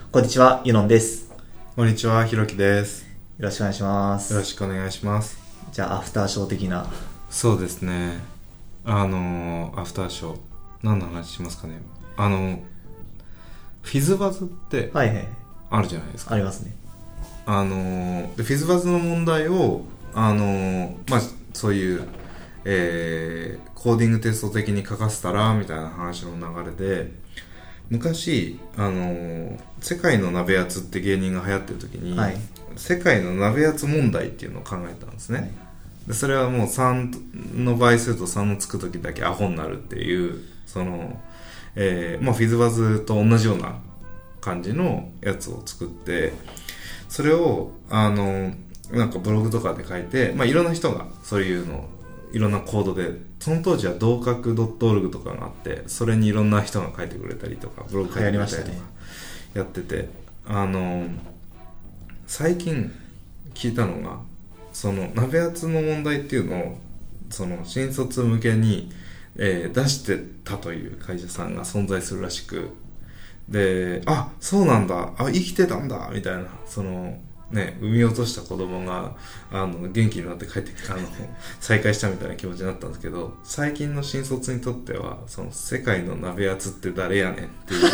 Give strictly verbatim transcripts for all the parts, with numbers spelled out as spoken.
こんにちは、ユノンです。 こんにちは、ひろきです。 よろしくお願いします。 よろしくお願いします。 じゃあアフターショー的な。 そうですね。あのー、アフターショー何の話しますかね。あのフィズバズってはいはいあるじゃないですか。 ありますね。 あのー、でフィズバズの問題をあのー、まあそういう、えー、コーディングテスト的に書かせたらみたいな話の流れで、昔あのー、世界の鍋やつって芸人が流行ってる時に、はい、世界の鍋やつ問題っていうのを考えたんですね、はい、でそれはもうさんの倍数とさんのつく時だけアホになるっていうその、えーまあ、フィズバズと同じような感じのやつを作って、それをあのなんかブログとかで書いて、まあ、いろんな人がそういうのをいろんなコードで、その当時は同格 .org とかがあって、それにいろんな人が書いてくれたりとかブログ書いてくれたりとかやってて、あの最近聞いたのが、その鍋圧の問題っていうのをその新卒向けに、えー、出してたという会社さんが存在するらしく、で、あ、そうなんだ、あ、生きてたんだみたいな、そのね、産み落とした子供があの元気になって帰ってあの再会したみたいな気持ちになったんですけど、最近の新卒にとってはその世界の鍋やつって誰やねんっていう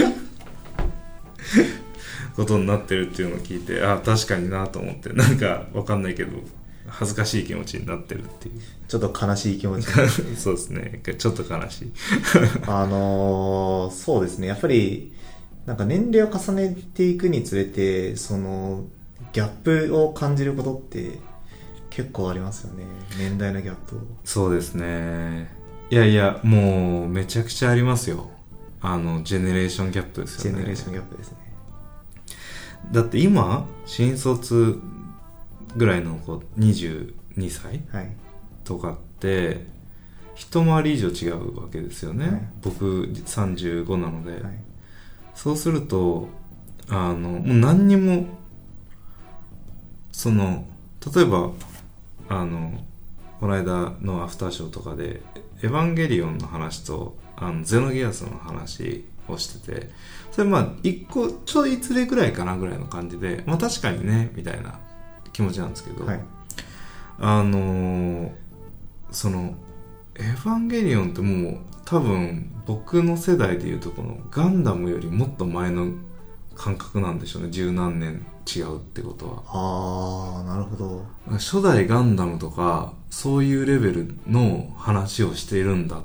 ことになってるっていうのを聞いて、あ、確かになと思って、なんかわかんないけど恥ずかしい気持ちになってるっていう、 ちょっと悲しい気持ちそうですね、ちょっと悲しいあのー、そうですね、やっぱりなんか年齢を重ねていくにつれて、そのギャップを感じることって結構ありますよね。年代のギャップを。 そうですね。いやいや、もうめちゃくちゃありますよ。あのジェネレーションギャップですよね。 ジェネレーションギャップですね。 だって今新卒ぐらいの子にじゅうにさい、はい、とかって一回り以上違うわけですよね、はい、僕さんじゅうごなので、はい、そうするとあのもう何にもその例えばあのこの間のアフターショーとかでエヴァンゲリオンの話とあのゼノギアスの話をしてて、それまあ一個ちょいつれぐらいかなぐらいの感じで、まあ確かにねみたいな気持ちなんですけど、はい、あのー、そのエヴァンゲリオンってもう多分僕の世代でいうとこのガンダムよりもっと前の感覚なんでしょうね。十何年違うってことは。 ああ、なるほど。 初代ガンダムとかそういうレベルの話をしているんだって、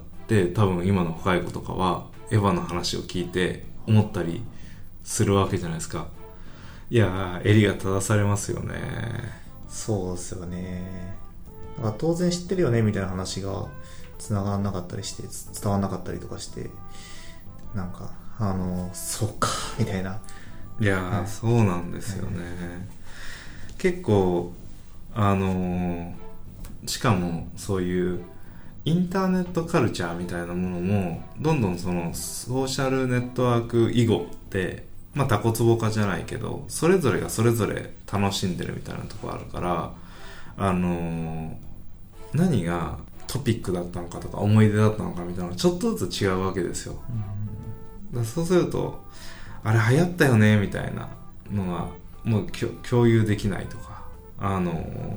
多分今の若い子とかはエヴァの話を聞いて思ったりするわけじゃないですか。いやー、襟が正されますよね。 そうですよね。だから当然知ってるよねみたいな話が繋がらなかったりして、伝わらなかったりとかして、なんかあのそうかみたいな。 いやー、はい、そうなんですよね、はい、結構あのー、しかもそういうインターネットカルチャーみたいなものもどんどんそのソーシャルネットワーク以後ってまあタコツボ化じゃないけど、それぞれがそれぞれ楽しんでるみたいなところあるから、あのー、何がトピックだったのかとか思い出だったのかみたいなのちょっとずつ違うわけですよ、うん、だそうするとあれ流行ったよねみたいなのがもう共有できないとか、あの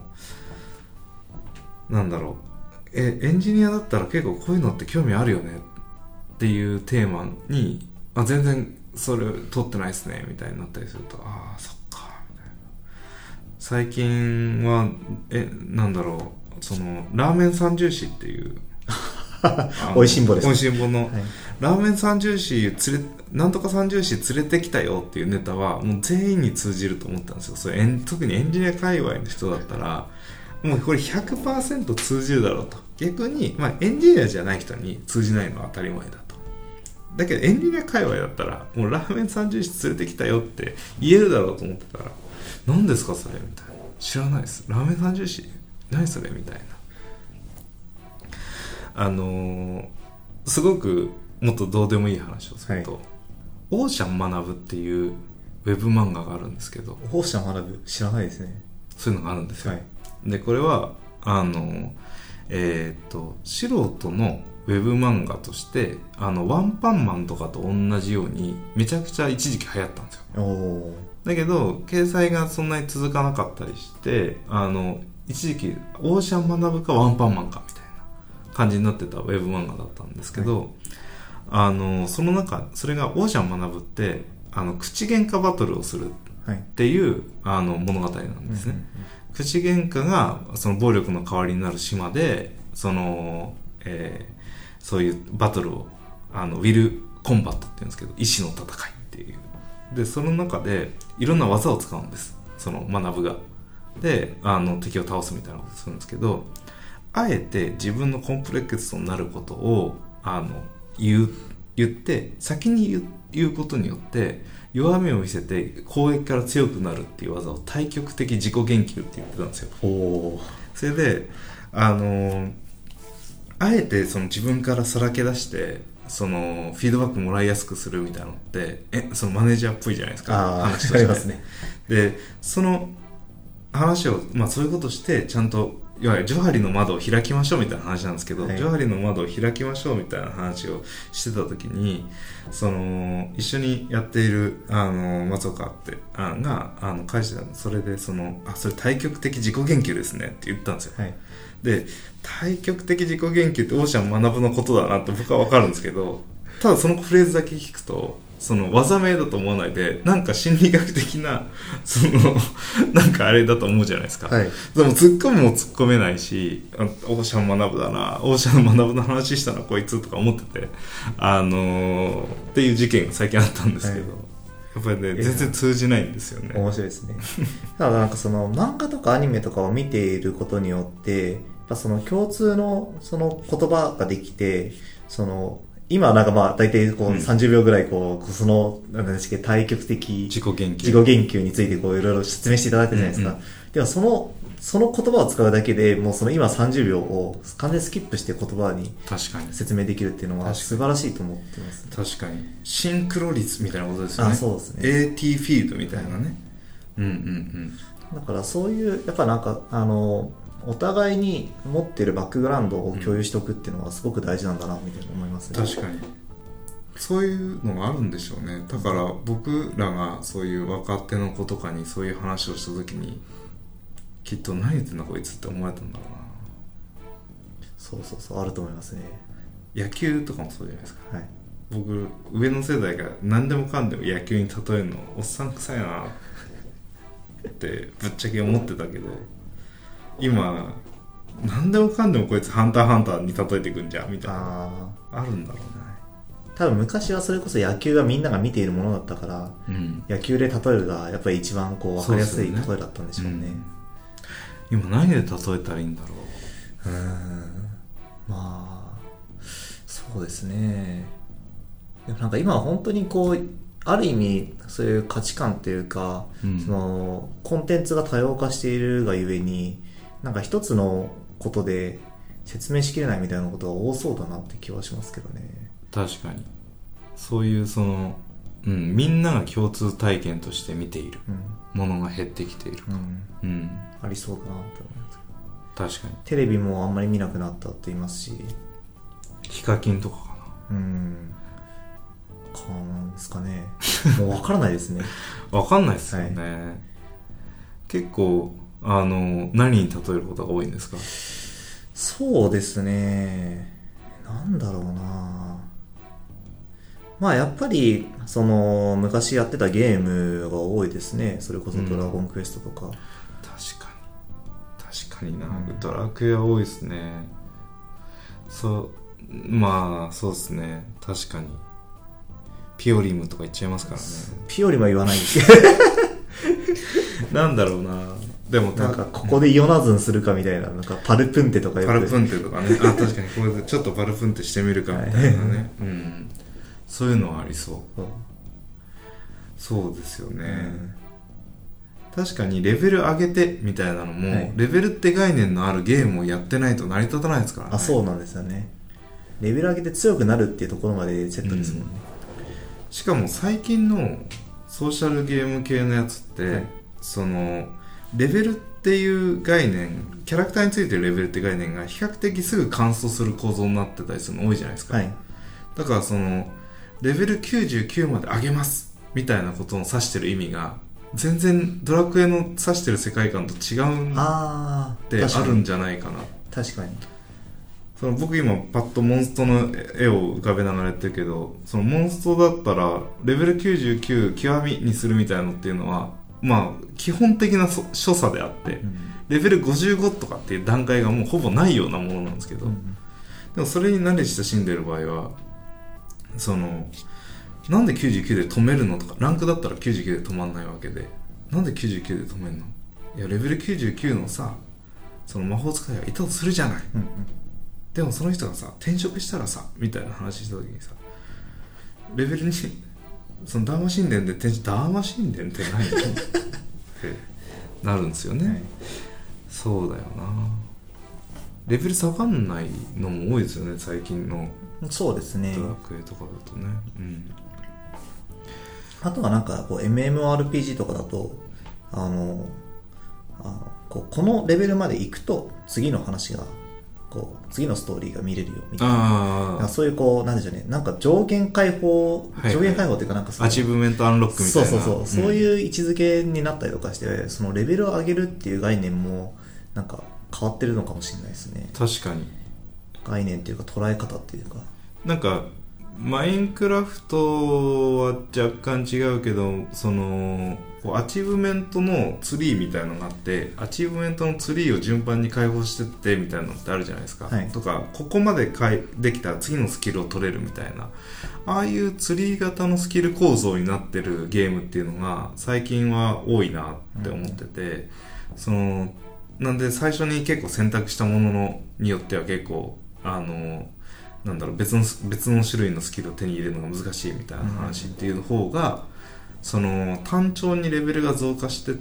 ー、なんだろう、えエンジニアだったら結構こういうのって興味あるよねっていうテーマに、あ、全然それ取ってないですねみたいになったりすると、ああそっかみたいな。最近はえなんだろう、そのラーメン三重視っていうおいしんぼです、ね、 おいしんぼの、はい、ラーメン三重視連れなんとか三重視連れてきたよっていうネタはもう全員に通じると思ったんですよ。それ特にエンジニア界隈の人だったらもうこれ ひゃくパーセント 通じるだろうと。逆に、まあ、エンジニアじゃない人に通じないのは当たり前だと。だけどエンジニア界隈だったらもうラーメン三重視連れてきたよって言えるだろうと思ってたら、何ですかそれみたいな、知らないです、ラーメン三重視何それみたいな。あのー、すごくもっとどうでもいい話をすると、はい、オーシャン学ぶっていうウェブ漫画があるんですけど。 オーシャン学ぶ知らないですね。 そういうのがあるんですよ、はい、でこれはあのえー、っと素人のウェブ漫画としてあのワンパンマンとかと同じようにめちゃくちゃ一時期流行ったんですよ。 おだけど掲載がそんなに続かなかったりしてあの一時期オーシャン学ぶかワンパンマンかみたいな感じになってたウェブ漫画だったんですけど、はい、あのその中それがオーシャン学ぶってあの口喧嘩バトルをするっていう、はい、あの物語なんですね、うんうんうん、口喧嘩がその暴力の代わりになる島でその、えーそういうバトルをあのウィルコンバットって言うんですけど意志の戦いっていうでその中でいろんな技を使うんですその学ぶがであの敵を倒すみたいなことをするんですけどあえて自分のコンプレックスになることをあの言う言って先に言う、言うことによって弱みを見せて攻撃から強くなるっていう技を対極的自己言及って言ってたんですよ。 おそれであのあえてその自分からさらけ出してそのフィードバックもらいやすくするみたいなのってえそのマネージャーっぽいじゃないですか話として。 ありますね。 でその話を、まあ、そういうことしてちゃんといわゆるジョハリの窓を開きましょうみたいな話なんですけど、はい、ジョハリの窓を開きましょうみたいな話をしてた時にその一緒にやっているあの松岡ってあがあの返してたそれでそのあそれ対極的自己言及ですねって言ったんですよ、はい、で対極的自己言及ってオーシャン学ぶのことだなって僕は分かるんですけどただそのフレーズだけ聞くとその技名だと思わないでなんか心理学的なそのなんかあれだと思うじゃないですか、はい、でも突っ込むも突っ込めないしオーシャン学ぶだなオーシャン学ぶの話したなこいつとか思っててあのー、っていう事件が最近あったんですけど、はい、やっぱりね全然通じないんですよね。 面白いですね。ただなんかその漫画とかアニメとかを見ていることによってやっぱその共通のその言葉ができてその今なんかまあ大体こうさんじゅうびょうぐらいこうそのなんですけど対極的自己言及自己言及についてこういろいろ説明していただいたじゃないですか、うんうん、ではそのその言葉を使うだけでもうその今さんじゅうびょうを完全にスキップして言葉に説明できるっていうのは素晴らしいと思ってます、ね、 確かにシンクロ率みたいなことですよね。 あそうですねエーティー フィールドみたいなね、はい、うんうんうんだからそういうやっぱなんかあのお互いに持ってるバックグラウンドを共有しておくっていうのはすごく大事なんだなみたいな思いますね。 確かにそういうのがあるんでしょうね。だから僕らがそういう若手の子とかにそういう話をした時にきっと何言ってんだこいつって思われたんだろうな。 そうそうそうあると思いますね。 野球とかもそうじゃないですか、 はい、 僕上の世代が何でもかんでも野球に例えるのおっさん臭いなってぶっちゃけ思ってたけど今何でもかんでもこいつハンターハンターに例えていくんじゃんみたいなあるんだろうね。 多分昔はそれこそ野球がみんなが見ているものだったから、うん、野球で例えるがやっぱり一番こう分かりやすい例えだったんでしょうね。 うん、今何で例えたらいいんだろう。 うーんまあそうですね。でもなんか今は本当にこうある意味そういう価値観っていうか、うん、そのコンテンツが多様化しているがゆえになんか一つのことで説明しきれないみたいなことが多そうだなって気はしますけどね。 確かにそういうその、うん、みんなが共通体験として見ているものが減ってきているか、うんうん、 ありそうだなと思います。 確かにテレビもあんまり見なくなったって言いますしヒカキンとかかなうんかなんですかねもう分からないですね分かんないですよね、はい、結構あの何に例えることが多いんですか？ そうですねなんだろうなまあやっぱりその昔やってたゲームが多いですね。それこそドラゴンクエストとか、うん、 確かに確かにな、うん、ドラクエは多いですね。そうまあそうですね確かにピオリムとか言っちゃいますからね。 ピオリムは言わないんですけどなんだろうなでもなんかここでイオナズンするかみたいな、なんかパルプンテとかパルプンテとかねあ確かにこれでちょっとパルプンテしてみるかみたいなね、うん、そういうのはありそう。そうですよね、うん、確かにレベル上げてみたいなのも、はい、レベルって概念のあるゲームをやってないと成り立たないですからね。 あそうなんですよね。レベル上げて強くなるっていうところまでセットですもんね、 うん、しかも最近のソーシャルゲーム系のやつって、はい、そのレベルっていう概念、キャラクターについてるレベルって概念が比較的すぐ乾燥する構造になってたりするの多いじゃないですか、 はい、 だからそのレベルきゅうじゅうきゅうまで上げますみたいなことを指してる意味が全然ドラクエの指してる世界観と違うんってあるんじゃないかな。 確かに。 その僕今パッとモンストの絵を浮かべながらやってるけど、そのモンストだったらレベルきゅうじゅうきゅう極みにするみたいなのっていうのはまあ基本的な所作であって、うん、レベルごじゅうごとかっていう段階がもうほぼないようなものなんですけど、うん、でもそれに慣れ親しんでる場合はそのなんできゅうじゅうきゅうで止めるのとか、ランクだったらきゅうじゅうきゅうで止まんないわけで、なんできゅうじゅうきゅうで止めるの、いやレベルきゅうじゅうきゅうのさその魔法使いがいたとするじゃない、うんうん、でもその人がさ転職したらさみたいな話した時にさ、レベルにそのダーマ神殿で転職、ダーマ神殿って何ってなるんですよね、はい、そうだよな。レベル下がんないのも多いですよね最近の。 そうですね、 ドラクエとかだとね、うん、 あとはなんかこう エムエムオーアールピージー とかだとあのあのこうこのレベルまで行くと次の話がこう次のストーリーが見れるよみたいな、あそういうこうなんでしょうね、なんか上限解放、はいはい、上限解放っていうかなんかそのアチーブメントアンロックみたいな、 そうそうそう、うん、そういう位置づけになったりとかしてそのレベルを上げるっていう概念もなんか変わってるのかもしれないですね。 確かに概念っていうか捉え方っていうか、 なんかマインクラフトは若干違うけどそのこうアチーブメントのツリーみたいなのがあって、アチーブメントのツリーを順番に解放してってみたいなのってあるじゃないですか、はい、とかここまでできたら次のスキルを取れるみたいな、ああいうツリー型のスキル構造になってるゲームっていうのが最近は多いなって思ってて、うん、そのなんで最初に結構選択したもののによっては結構あのなんだろう別の別の種類のスキルを手に入れるのが難しいみたいな話っていう方が、うん、その単調にレベルが増加してって、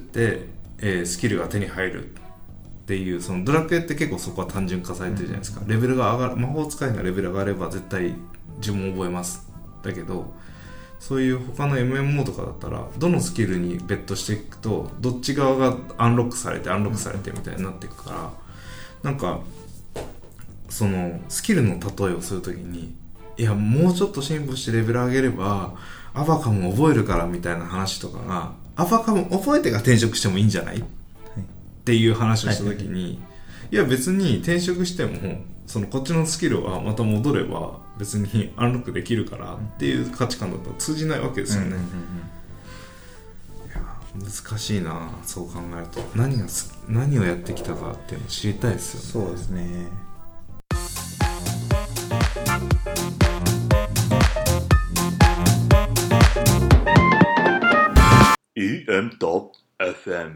えー、スキルが手に入るっていう、そのドラクエって結構そこは単純化されてるじゃないですか、うん、レベルが上がる、魔法使いがレベル上がれば絶対呪文覚えますだけど、そういう他の エムエムオー とかだったらどのスキルにベットしていくとどっち側がアンロックされてアンロックされてみたいになっていくから、なんかそのスキルの例えをするときに、いやもうちょっと進歩してレベル上げればアバカム覚えるからみたいな話とかが、アバカム覚えてから転職してもいいんじゃない、はい、っていう話をしたときに、はいはいはい、いや別に転職してもそのこっちのスキルはまた戻れば別にアンロックできるからっていう価値観だったら通じないわけですよね、うんうんうんうん、いや難しいな、そう考えると何が何をやってきたかっていうのを知りたいですよね。 そうですね。イーエム と エフエム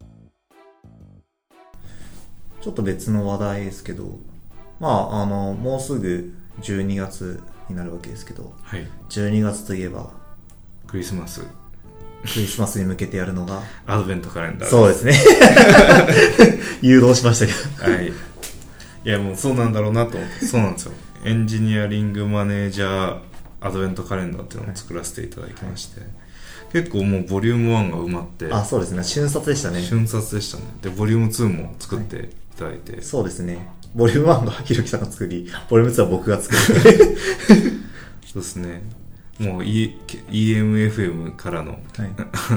ちょっと別の話題ですけど、まああのもうすぐじゅうにがつになるわけですけど、 はい、 じゅうにがつといえばクリスマスクリスマスに向けてやるのがアドベントカレンダーです。 そうですね誘導しましたけどはい、いやもうそうなんだろうなと思って、そうなんですよ、エンジニアリングマネージャーアドベントカレンダーっていうのを作らせていただきまして、はいはい、結構もうボリュームワンが埋まって、 あ、そうですね、瞬殺でしたね。 瞬殺でしたね。でボリュームツーも作っていただいて、はい、 そうですね、ボリュームワンがひろきさんが作り、ボリュームツーは僕が作ってそうですね、もう イーエムエフエム からの、はい、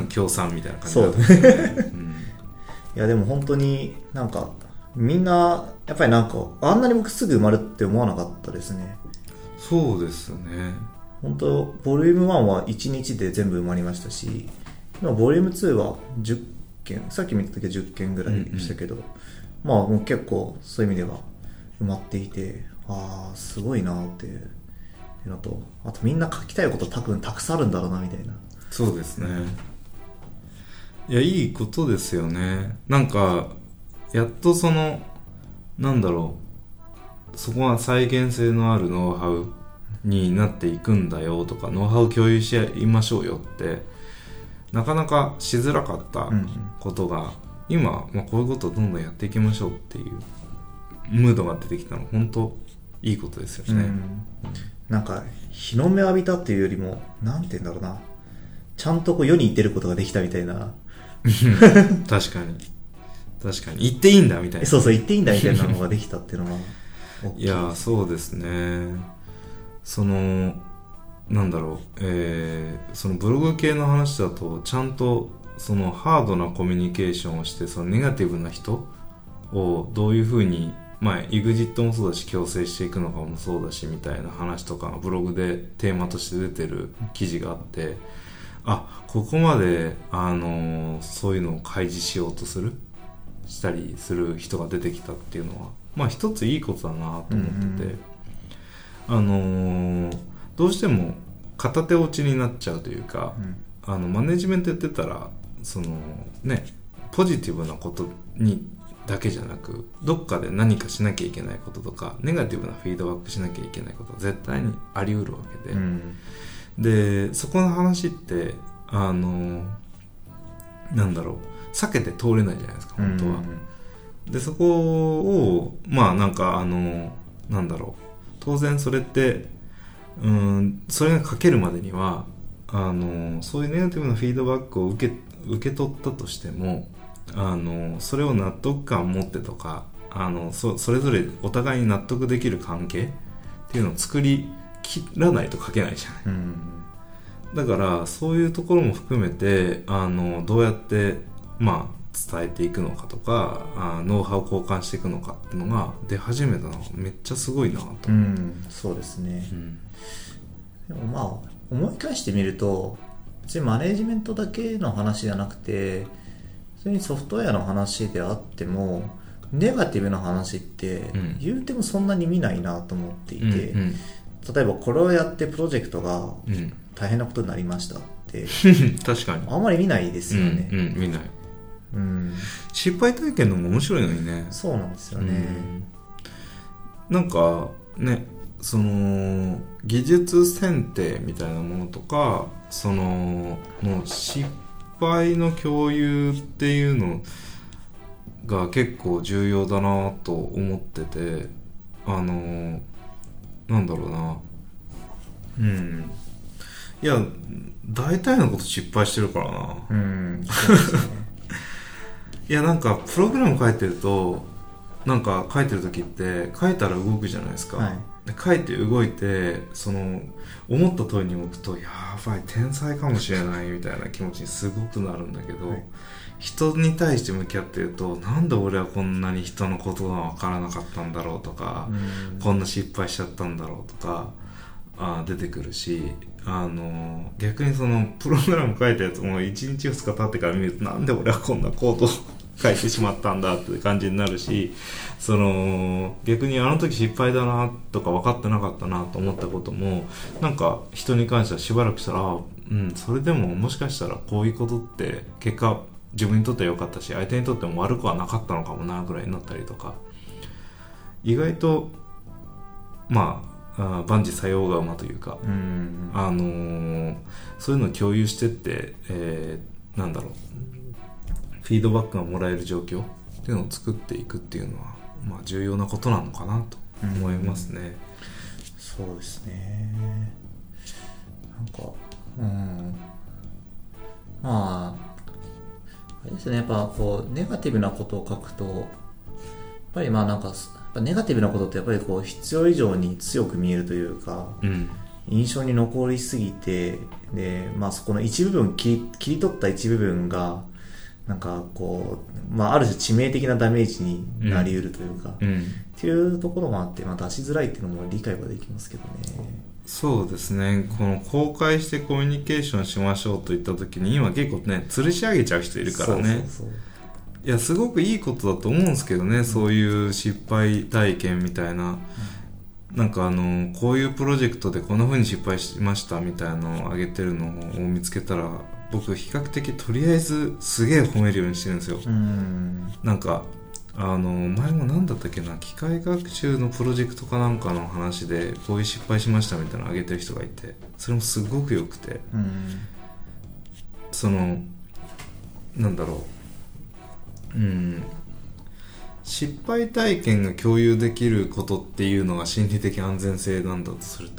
協賛みたいな感じだったんですよね、うん、 いやでも本当になんかみんなやっぱりなんかあんなに僕すぐ埋まるって思わなかったですね。 そうですね、 本当ボリュームワンはいちにちで全部埋まりましたし、今ボリュームツーはじゅっけん、さっき見た時はじゅっけんぐらいでしたけど、うんうん、まあもう結構そういう意味では埋まっていて、ああすごいなっていうのと、あとみんな書きたいこと多分たくさんあるんだろうなみたいな。 そうですね、いやいいことですよね。なんかやっとそのなんだろう、そこは再現性のあるノウハウになっていくんだよとか、ノウハウ共有し合いましょうよってなかなかしづらかったことが、うんうん、今、まあ、こういうことをどんどんやっていきましょうっていうムードが出てきたの本当いいことですよね、うん、 なんか日の目を浴びたっていうよりもなんて言うんだろうな、ちゃんとこう世に出ることができたみたいな確かに確かに言っていいんだみたいな。 そうそう言っていいんだみたいなのができたっていうのは大きい。 いやそうですね。そのなんだろう、えー、そのブログ系の話だとちゃんとそのハードなコミュニケーションをして、そのネガティブな人をどういうふうに、まあ イグジット もそうだし矯正していくのかもそうだしみたいな話とかがブログでテーマとして出てる記事があって、あ、ここまであのそういうのを開示しようとするしたりする人が出てきたっていうのは、まあ一ついいことだなと思ってて、うん、あのー、どうしても片手落ちになっちゃうというか、うん、あのマネジメントやってたらそのねポジティブなことにだけじゃなく、どっかで何かしなきゃいけないこととかネガティブなフィードバックしなきゃいけないことは絶対にあり得るわけで、うん、でそこの話ってあのなんだろう避けて通れないじゃないですか本当は、うん、でそこをまあなんかあのなんだろう当然それってうんそれが書けるまでにはあのそういうネガティブなフィードバックを受け受け取ったとしてもあのそれを納得感を持ってとかあの そ, それぞれお互いに納得できる関係っていうのを作りきらないと書けないじゃない、うん、だからそういうところも含めてあのどうやってまあ伝えていくのかとかあノウハウを交換していくのかっていうのが出始めたのがめっちゃすごいなと思って、うん、 そうですね、うん、でもまあ思い返してみると別にマネージメントだけの話じゃなくて普通にソフトウェアの話であってもネガティブな話って言うてもそんなに見ないなと思っていて、うんうん、例えばこれをやってプロジェクトが大変なことになりましたって、 うん、確かにあんまり見ないですよね、 うんうん、見ない、うん、失敗体験のも面白いのにね。 そうなんですよね、 うん、なんかねその技術選定みたいなものとかそのの失敗の共有っていうのが結構重要だなと思ってて、あのなんだろうなうんいや大体のこと失敗してるからな。うんそうですねいやなんかプログラム書いてるとなんか書いてる時って書いたら動くじゃないですか、はい、で書いて動いてその思った通りに動くとやばい天才かもしれないみたいな気持ちにすごくなるんだけど、はい、人に対して向き合ってるとなんで俺はこんなに人のことが分からなかったんだろうとか、うんこんな失敗しちゃったんだろうとかあ出てくるし、あの逆にそのプログラム書いたやつもいちにちふつか経ってから見るとなんで俺はこんなコードを書いてしまったんだって感じになるし、その逆にあの時失敗だなとか分かってなかったなと思ったこともなんか人に関してはしばらくしたらうんそれでももしかしたらこういうことって結果自分にとっては良かったし相手にとっても悪くはなかったのかもなぐらいになったりとか、意外とまあ万事作用が馬というか、うんあのー、そういうのを共有してって、えー、なんだろうフィードバックがもらえる状況っていうのを作っていくっていうのは、まあ、重要なことなのかなと思いますね、うん、 そうですねなんかうんまああれですねやっぱこうネガティブなことを書くとやっぱりまあなんかネガティブなことってやっぱりこう必要以上に強く見えるというか、うん、印象に残りすぎてで、まあ、そこの一部分切り、切り取った一部分がなんかこう、まあ、ある種致命的なダメージになり得るというか、うんうん、っていうところもあって、まあ、出しづらいっていうのも理解はできますけどね。 そうですねこの公開してコミュニケーションしましょうといった時に今結構ね吊るし上げちゃう人いるからね。そうそうそういやすごくいいことだと思うんですけどね、うん、そういう失敗体験みたいな、うん、なんかあのこういうプロジェクトでこんな風に失敗しましたみたいなのを上げてるのを見つけたら僕比較的とりあえずすげえ褒めるようにしてるんですよ。うんなんかあの前も何だったっけな機械学習のプロジェクトかなんかの話でこういう失敗しましたみたいなのを上げてる人がいてそれもすごく良くてうんそのなんだろううん、失敗体験が共有できることっていうのが心理的安全性なんだとすると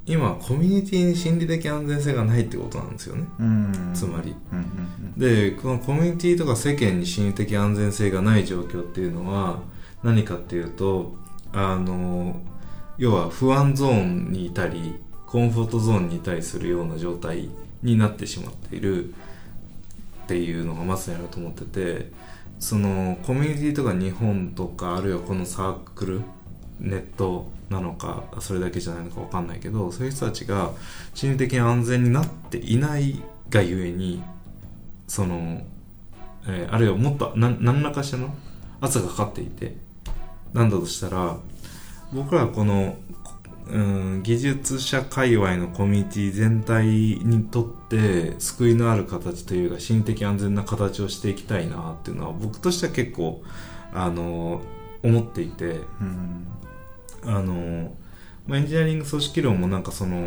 今コミュニティに心理的安全性がないってことなんですよね、 うん、 つまり、 うんうんうん、 でこのコミュニティとか世間に心理的安全性がない状況っていうのは何かっていうと、あの要は不安ゾーンにいたりコンフォートゾーンにいたりするような状態になってしまっているっていうのがまさにあると思ってて、そのコミュニティとか日本とかあるいはこのサークルネットなのかそれだけじゃないのか分かんないけど、そういう人たちが心理的に安全になっていないがゆえにその、えー、あるいはもっと何何らかしらの圧がかかっていて、なんだとしたら僕らはこの、うん、技術者界隈のコミュニティ全体にとって救いのある形というか心理的安全な形をしていきたいなっていうのは僕としては結構あの思っていて、うん、あのエンジニアリング組織論もなんかその、うん、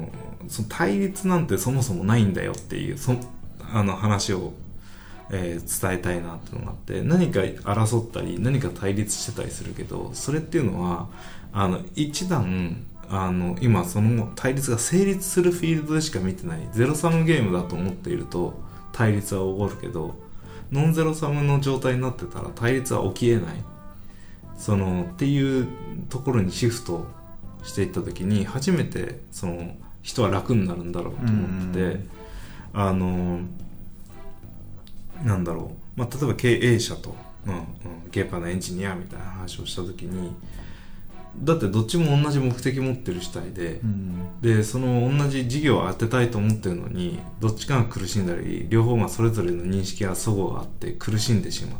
その対立なんてそもそもないんだよっていうそあの話を、えー、伝えたいなっていうのがあって、何か争ったり何か対立してたりするけど、それっていうのはあの一段あの今その対立が成立するフィールドでしか見てないゼロサムゲームだと思っていると対立は起こるけど、ノンゼロサムの状態になってたら対立は起きえない、そのっていうところにシフトしていった時に初めてその人は楽になるんだろうと思ってて、あのなんだろう、まあ、例えば経営者と、うんうん、ゲーパーのエンジニアみたいな話をした時に、だってどっちも同じ目的持ってる主体で、うん、でその同じ事業を当てたいと思ってるのにどっちかが苦しんだり両方がそれぞれの認識や齟齬があって苦しんでしまって、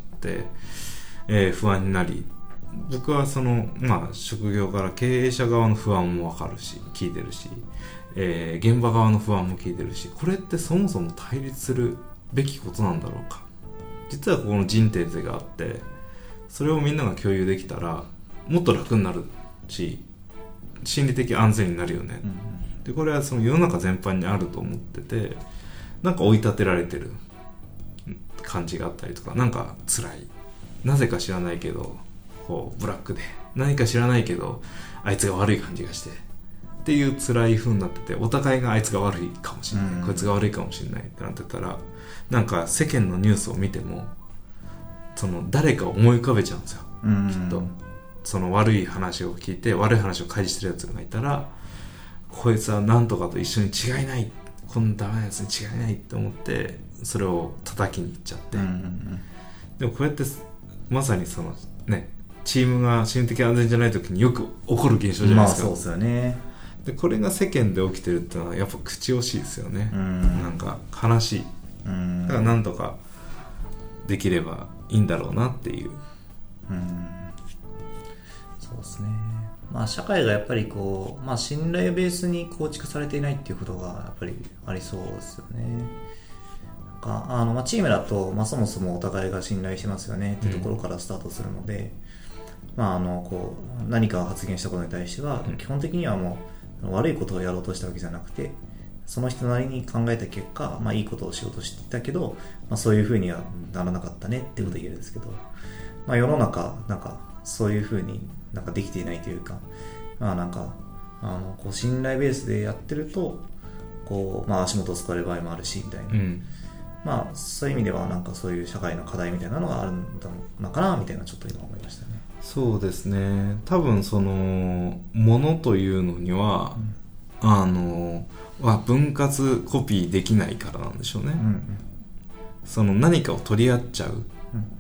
えー、不安になり、僕はその、まあ、職業から経営者側の不安も分かるし聞いてるし、えー、現場側の不安も聞いてるし、これってそもそも対立するべきことなんだろうか。実はここの人定性があって、それをみんなが共有できたらもっと楽になるし心理的安全になるよね、うん、でこれはその世の中全般にあると思ってて、なんか追い立てられてる感じがあったりとか、なんか辛い、なぜか知らないけどこうブラックで何か知らないけどあいつが悪い感じがしてっていう辛い風になってて、お互いがあいつが悪いかもしれない、うん、こいつが悪いかもしれないってなってたら、なんか世間のニュースを見てもその誰かを思い浮かべちゃうんですよ、うん、きっとその悪い話を聞いて悪い話を開示してるやつがいたら、こいつは何とかと一緒に違いない、こんなダメなやつに違いないって思ってそれを叩きに行っちゃって、うんうんうん、でもこうやってまさにそのねチームが心理的安全じゃない時によく起こる現象じゃないですか。 まあそうですよね。 でこれが世間で起きてるってのはやっぱ口惜しいですよね、うん、なんか悲しい、うん、だからなんとかできればいいんだろうなっていう、うん、 そうですね。まあ社会がやっぱりこう、まあ、信頼ベースに構築されていないっていうことがやっぱりありそうですよね。なんかあの、まあ、チームだと、まあ、そもそもお互いが信頼してますよねっていうところからスタートするので、うん、まあ、あのこう何か発言したことに対しては、うん、基本的にはもう悪いことをやろうとしたわけじゃなくて、その人なりに考えた結果、まあ、いいことをしようとしていたけど、まあ、そういうふうにはならなかったねっていうことを言えるんですけど、まあ、世の中なんかそういうふうになんかできていないというか、まあなんかあのこう信頼ベースでやってるとこう、まあ、足元をすくわれる場合もあるしみたいな、うん、まあそういう意味ではなんかそういう社会の課題みたいなのがあるのかなみたいなちょっと今思いましたね。 そうですね。多分そのものというのには、うん、あのは分割コピーできないからなんでしょうね、うんうん、その何かを取り合っちゃう、うん、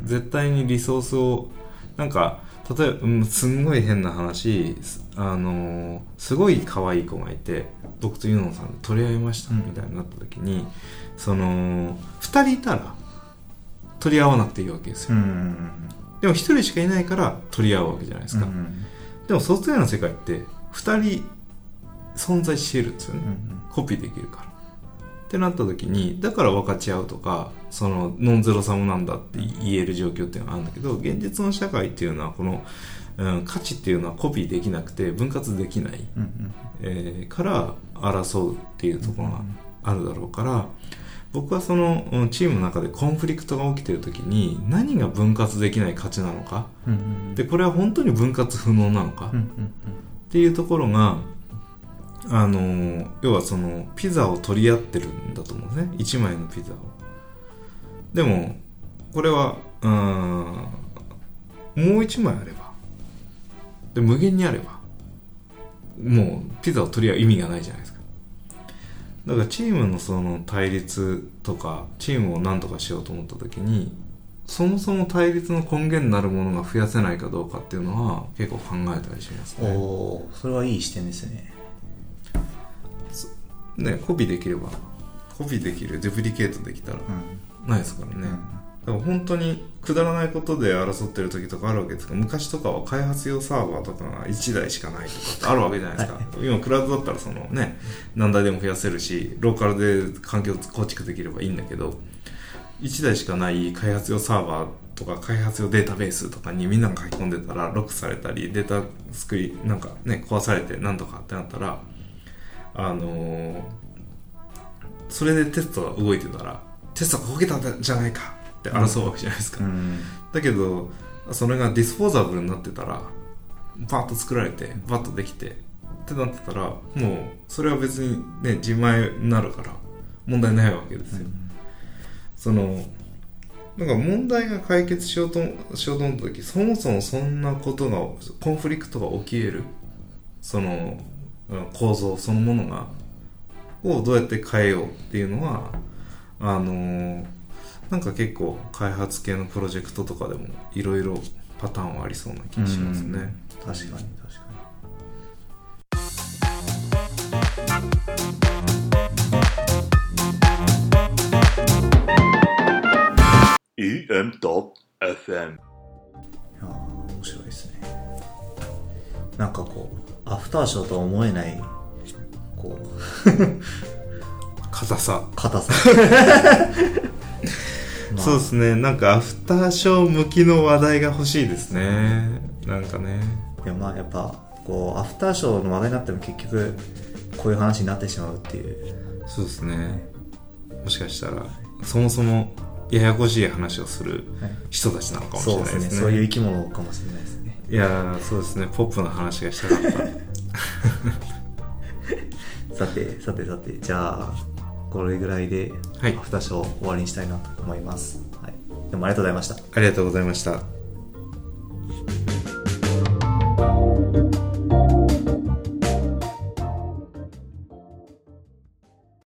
絶対にリソースをなんか例えばすんごい変な話、あのすごい可愛い子がいて僕とユノさんで取り合いましたみたいになった時に、うん、そのふたりいたら取り合わなくていいわけですよ、うんうんうん、でもひとりしかいないから取り合うわけじゃないですか、うんうん、でもソフトウェアの世界ってふたり存在しているんですよね、うんうん、コピーできるからってなった時に、だから分かち合うとかそのノンゼロサムなんだって言える状況っていうのがあるんだけど、現実の社会っていうのはこの、うん、価値っていうのはコピーできなくて分割できない、うんうんえー、から争うっていうところがあるだろうから、僕はそのチームの中でコンフリクトが起きている時に何が分割できない価値なのか、うんうん、でこれは本当に分割不能なのか、うんうんうん、っていうところがあの要はそのピザを取り合ってるんだと思うんですね、いちまいのピザを。でもこれはうーんもういちまいあればで無限にあればもうピザを取り合う意味がないじゃないですか。だからチームのその対立とかチームを何とかしようと思った時にそもそも対立の根源になるものが増やせないかどうかっていうのは結構考えたりしますね。 おー、それはいい視点ですね。 ね、コピーできればコピーできる、デュプリケートできたらないですからね、うん、だから本当にくだらないことで争ってる時とかあるわけですけど、昔とかは開発用サーバーとかがいちだいしかないとかってあるわけじゃないですか今クラウドだったらそのね何台でも増やせるしローカルで環境を構築できればいいんだけど、いちだいしかない開発用サーバーとか開発用データベースとかにみんなが書き込んでたらロックされたりデータ作りなんかね壊されてなんとかってなったらあのー、それでテストが動いてたらテストが焦げたんじゃないかって争うわけじゃないですか、うん、だけどそれがディスポーザブルになってたらバーッと作られてバッとできてってなってたらもうそれは別にね自前になるから問題ないわけですよ、うん、そのなんか問題が解決しようとしようと思った時そもそもそんなことがコンフリクトが起き得るその構造そのものがをどうやって変えようっていうのはあのー、なんか結構開発系のプロジェクトとかでもいろいろパターンはありそうな気がしますね。 確かに確かに。 イーエムドットエフエム いや面白いですね。なんかこうアフターショーとは思えないこう硬さ硬さまあ、そうですね。なんかアフターショー向きの話題が欲しいですね。なんかね。 いやまあやっぱこうアフターショーの話題になっても結局こういう話になってしまうっていう。 そうですね。もしかしたらそもそもややこしい話をする人たちなのかもしれないですね。 そうですね。そういう生き物かもしれないですね。 いやそうですね。ポップな話がしたかったさてさてさてじゃあこれぐらいでアフターショー終わりにしたいなと思います、はい、どうもありがとうございました。 ありがとうございました。